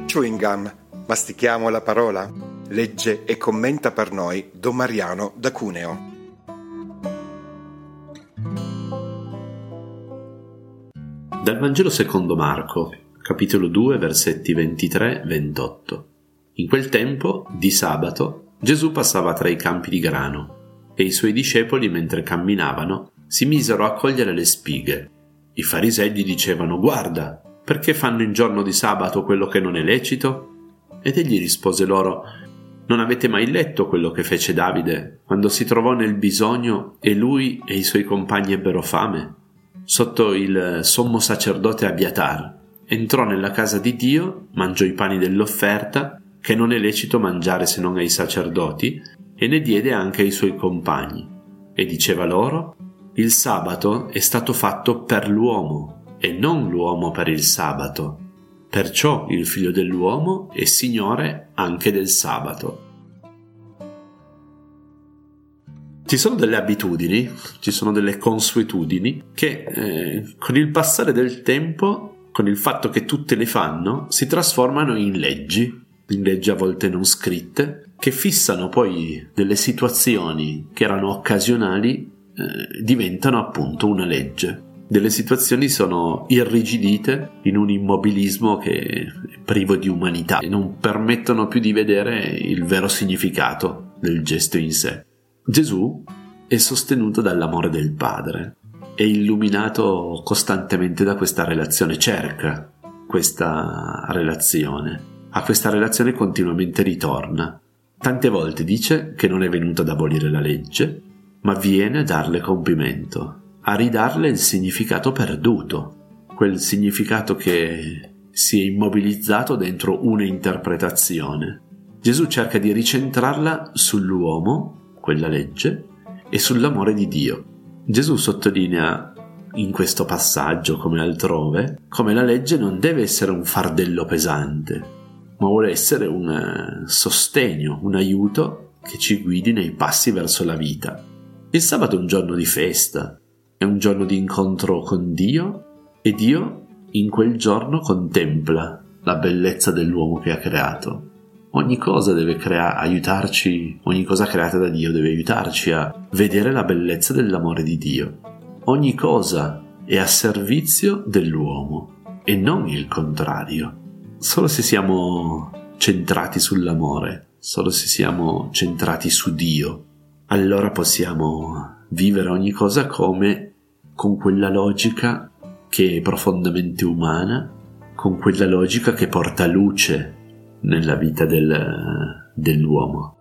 Chewing gum, mastichiamo la parola? Legge e commenta per noi Don Mariano da Cuneo. Dal Vangelo secondo Marco, capitolo 2, versetti 23-28. In quel tempo, di sabato, Gesù passava tra i campi di grano e i suoi discepoli, mentre camminavano, si misero a cogliere le spighe. I farisei gli dicevano: «Guarda, perché fanno in giorno di sabato quello che non è lecito?» Ed egli rispose loro: «Non avete mai letto quello che fece Davide quando si trovò nel bisogno e lui e i suoi compagni ebbero fame? Sotto il sommo sacerdote Abiatar entrò nella casa di Dio, mangiò i pani dell'offerta, che non è lecito mangiare se non ai sacerdoti, e ne diede anche ai suoi compagni. E diceva loro: il sabato è stato fatto per l'uomo, e non l'uomo per il sabato. Perciò il Figlio dell'uomo è Signore anche del sabato». Ci sono delle abitudini, ci sono delle consuetudini che con il passare del tempo, con il fatto che tutte le fanno, si trasformano in leggi a volte non scritte, che fissano poi delle situazioni che erano occasionali, diventano appunto una legge. Delle situazioni sono irrigidite in un immobilismo che è privo di umanità e non permettono più di vedere il vero significato del gesto in sé. Gesù è sostenuto dall'amore del Padre, è illuminato costantemente da questa relazione, cerca questa relazione, a questa relazione continuamente ritorna. Tante volte dice che non è venuto ad abolire la legge, ma viene a darle compimento, a ridarle il significato perduto, quel significato che si è immobilizzato dentro una interpretazione. Gesù cerca di ricentrarla sull'uomo, quella legge, e sull'amore di Dio. Gesù sottolinea in questo passaggio, come altrove, come la legge non deve essere un fardello pesante, ma vuole essere un sostegno, un aiuto che ci guidi nei passi verso la vita. Il sabato è un giorno di festa, è un giorno di incontro con Dio, e Dio in quel giorno contempla la bellezza dell'uomo che ha creato. Ogni cosa deve aiutarci, ogni cosa creata da Dio deve aiutarci a vedere la bellezza dell'amore di Dio. Ogni cosa è a servizio dell'uomo e non il contrario. Solo se siamo centrati sull'amore, solo se siamo centrati su Dio, allora possiamo vivere ogni cosa come con quella logica che è profondamente umana, con quella logica che porta luce nella vita dell'uomo.